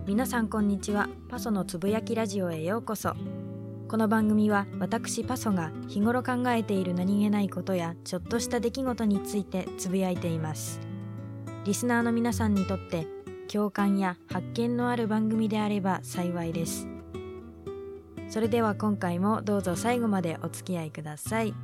皆さんこんにちは。パソのつぶやきラジオへようこそ。この番組は私パソが日頃考えている何気ないことやちょっとした出来事についてつぶやいています。リスナーの皆さんにとって共感や発見のある番組であれば幸いです。それでは今回もどうぞ最後までお付き合いください。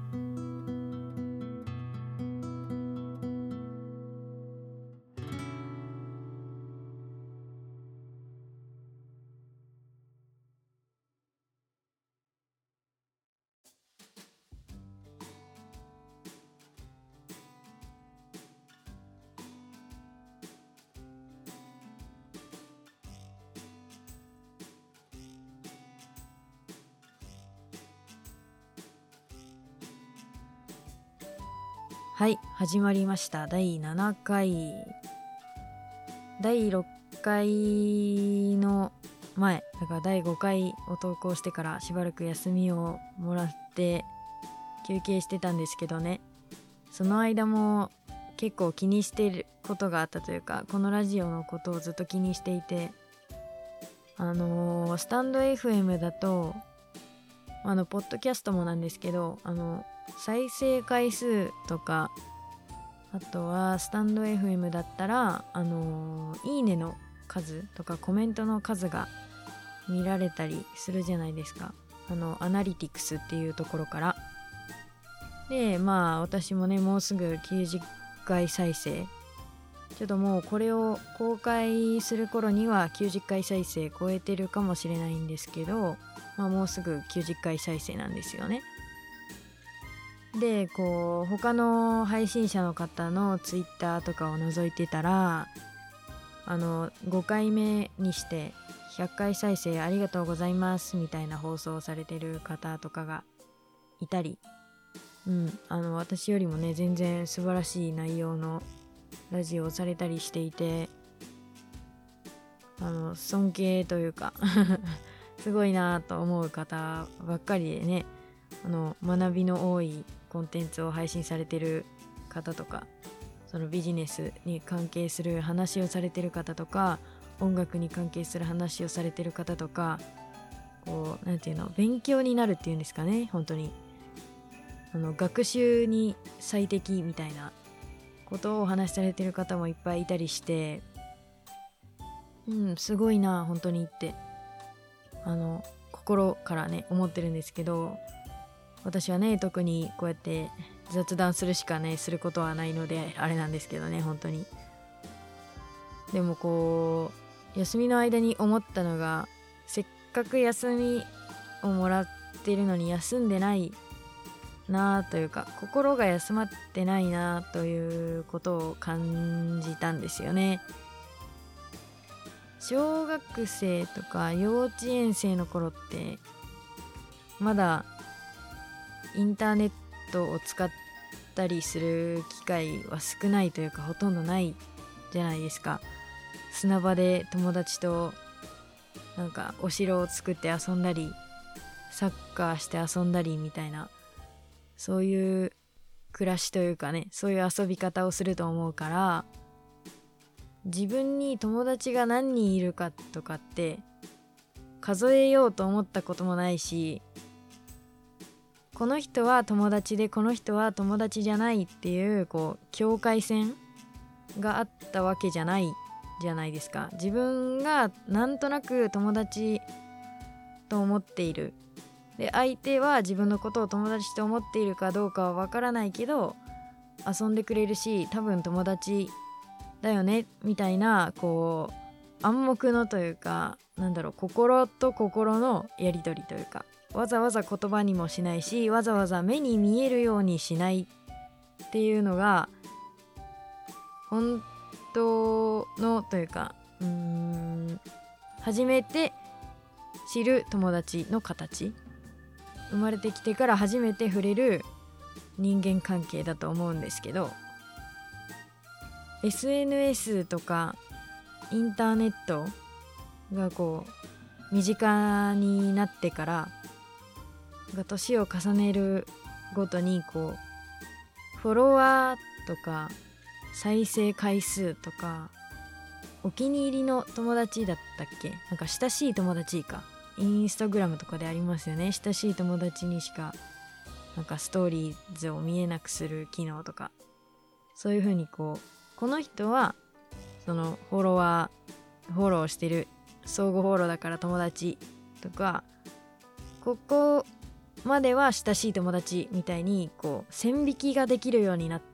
はい、始まりました。第7回。第6回の前、だから第5回を投稿してからしばらく休みをもらって休憩してたんですけどね。その間も結構気にしていることがあったというか、このラジオのことをずっと気にしていて、スタンド FM だと、ポッドキャストもなんですけど、再生回数とか、あとはスタンド FM だったらいいねの数とかコメントの数が見られたりするじゃないですか。アナリティクスっていうところからで、私もね、もうすぐ90回再生、ちょっともうこれを公開する頃には90回再生超えてるかもしれないんですけど、もうすぐ90回再生なんですよね。で、こう他の配信者の方のツイッターとかを覗いてたら、5回目にして100回再生ありがとうございますみたいな放送をされてる方とかがいたり、私よりもね全然素晴らしい内容のラジオをされたりしていて、尊敬というかすごいなと思う方ばっかりでね、学びの多いコンテンツを配信されてる方とか、そのビジネスに関係する話をされてる方とか、音楽に関係する話をされてる方とか、こうなんていうの、勉強になるっていうんですかね、本当に学習に最適みたいなことをお話しされてる方もいっぱいいたりして、すごいな本当にって心からね思ってるんですけど、私はね特にこうやって雑談するしかねすることはないのであれなんですけどね、本当に。でもこう休みの間に思ったのが、せっかく休みをもらってるのに休んでないなというか、心が休まってないなということを感じたんですよね。小学生とか幼稚園生の頃ってまだインターネットを使ったりする機会は少ないというか、ほとんどないじゃないですか。砂場で友達となんかお城を作って遊んだり、サッカーして遊んだりみたいな、そういう暮らしというかね、そういう遊び方をすると思うから、自分に友達が何人いるかとかって数えようと思ったこともないし、この人は友達でこの人は友達じゃないっていうこう境界線があったわけじゃないじゃないですか。自分がなんとなく友達と思っている、で相手は自分のことを友達と思っているかどうかはわからないけど遊んでくれるし多分友達だよねみたいな、こう暗黙のというか、心と心のやり取りというか、わざわざ言葉にもしないし、わざわざ目に見えるようにしないっていうのが本当のというか、初めて知る友達の形、生まれてきてから初めて触れる人間関係だと思うんですけど、SNS とかインターネットがこう身近になってから、年を重ねるごとにこうフォロワーとか再生回数とかお気に入りの友達だったっけ、なんか親しい友達か、インスタグラムとかでありますよね。親しい友達にしかなんかストーリーズを見えなくする機能とか、そういう風にこの人はそのフォローしてる相互フォローだから友達とか、ここまでは親しい友達みたいに線引きができるようになった。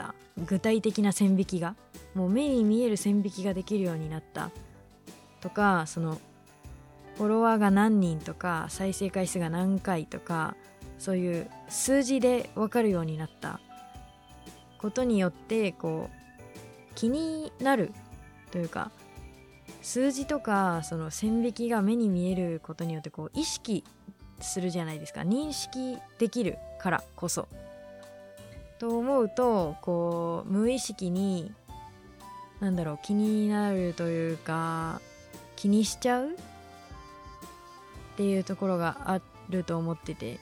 具体的な線引きが、もう目に見える線引きができるようになったとか、そのフォロワーが何人とか再生回数が何回とか、そういう数字で分かるようになったことによって、気になるというか、数字とかその線引きが目に見えることによって意識するじゃないですか。認識できるからこそと思うと、無意識に気になるというか、気にしちゃうっていうところがあると思ってて、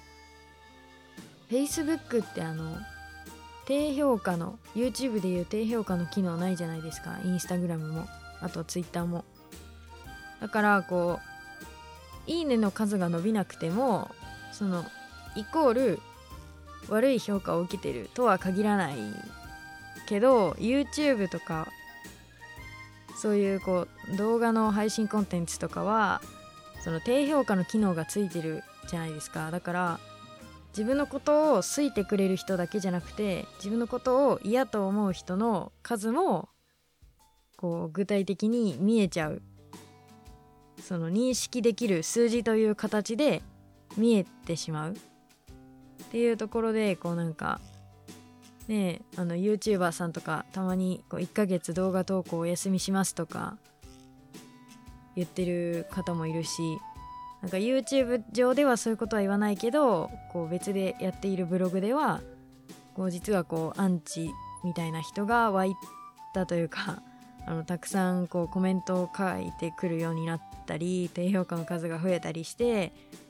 Facebook って低評価の YouTube でいう低評価の機能ないじゃないですか。インスタグラムもあと Twitter も。だからいいねの数が伸びなくても、そのイコール悪い評価を受けてるとは限らないけど、 YouTube とかそういう動画の配信コンテンツとかはその低評価の機能がついてるじゃないですか。だから自分のことを好いてくれる人だけじゃなくて、自分のことを嫌と思う人の数も具体的に見えちゃう、その認識できる数字という形で見えてしまうっていうところで、YouTuber さんとかたまに1ヶ月動画投稿お休みしますとか言ってる方もいるし、YouTube 上ではそういうことは言わないけど、別でやっているブログでは実はアンチみたいな人が湧いたというか、たくさんコメントを書いてくるようになったり、低評価の数が増えたりして、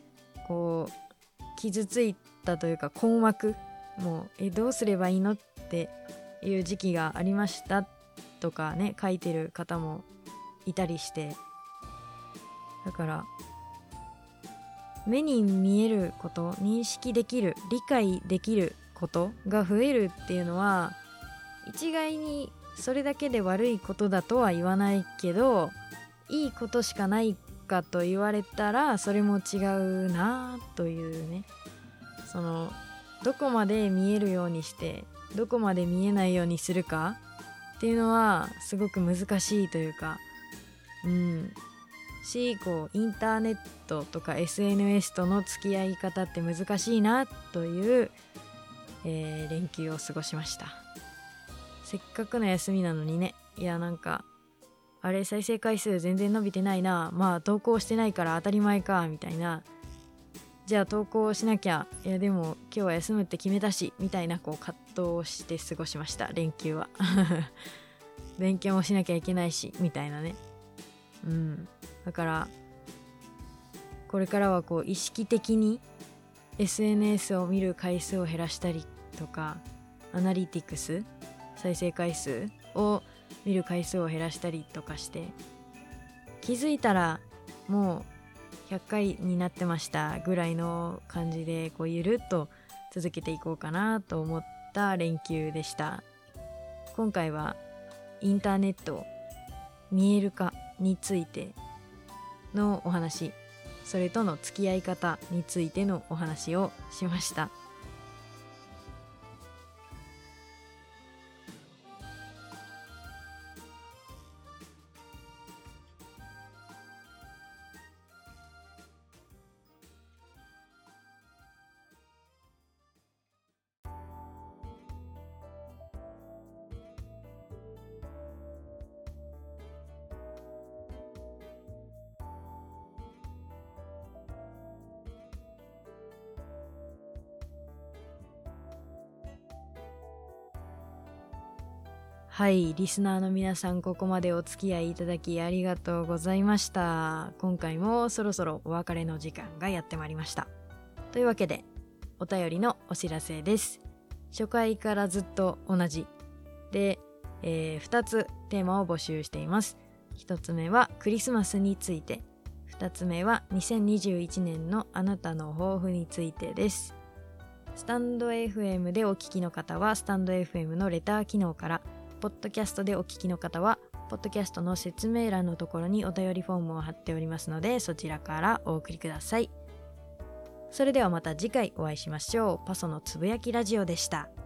傷ついたというか困惑、もうどうすればいいのっていう時期がありましたとかね、書いてる方もいたりして、だから目に見えること、認識できる、理解できることが増えるっていうのは、一概にそれだけで悪いことだとは言わないけど、いいことしかないかと言われたらそれも違うなというね。そのどこまで見えるようにしてどこまで見えないようにするかっていうのはすごく難しいというか、インターネットとか SNS との付き合い方って難しいなという、連休を過ごしました。せっかくの休みなのにね、あれ再生回数全然伸びてないな、まあ投稿してないから当たり前かみたいな、じゃあ投稿しなきゃ、いやでも今日は休むって決めたしみたいな葛藤をして過ごしました、連休は勉強もしなきゃいけないしみたいなね。だからこれからは意識的に SNS を見る回数を減らしたりとか、アナリティクス再生回数を見る回数を減らしたりとかして、気づいたらもう100回になってましたぐらいの感じでゆるっと続けていこうかなと思った連休でした。今回はインターネット見える化についてのお話、それとの付き合い方についてのお話をしました。はい、リスナーの皆さん、ここまでお付き合いいただきありがとうございました。今回もそろそろお別れの時間がやってまいりました。というわけでお便りのお知らせです。初回からずっと同じで、2つテーマを募集しています。 1つ目はクリスマスについて、2つ目は2021年のあなたの抱負についてです。スタンド FM でお聞きの方はスタンド FM のレター機能から、ポッドキャストでお聞きの方はポッドキャストの説明欄のところにお便りフォームを貼っておりますので、そちらからお送りください。それではまた次回お会いしましょう。パソのつぶやきラジオでした。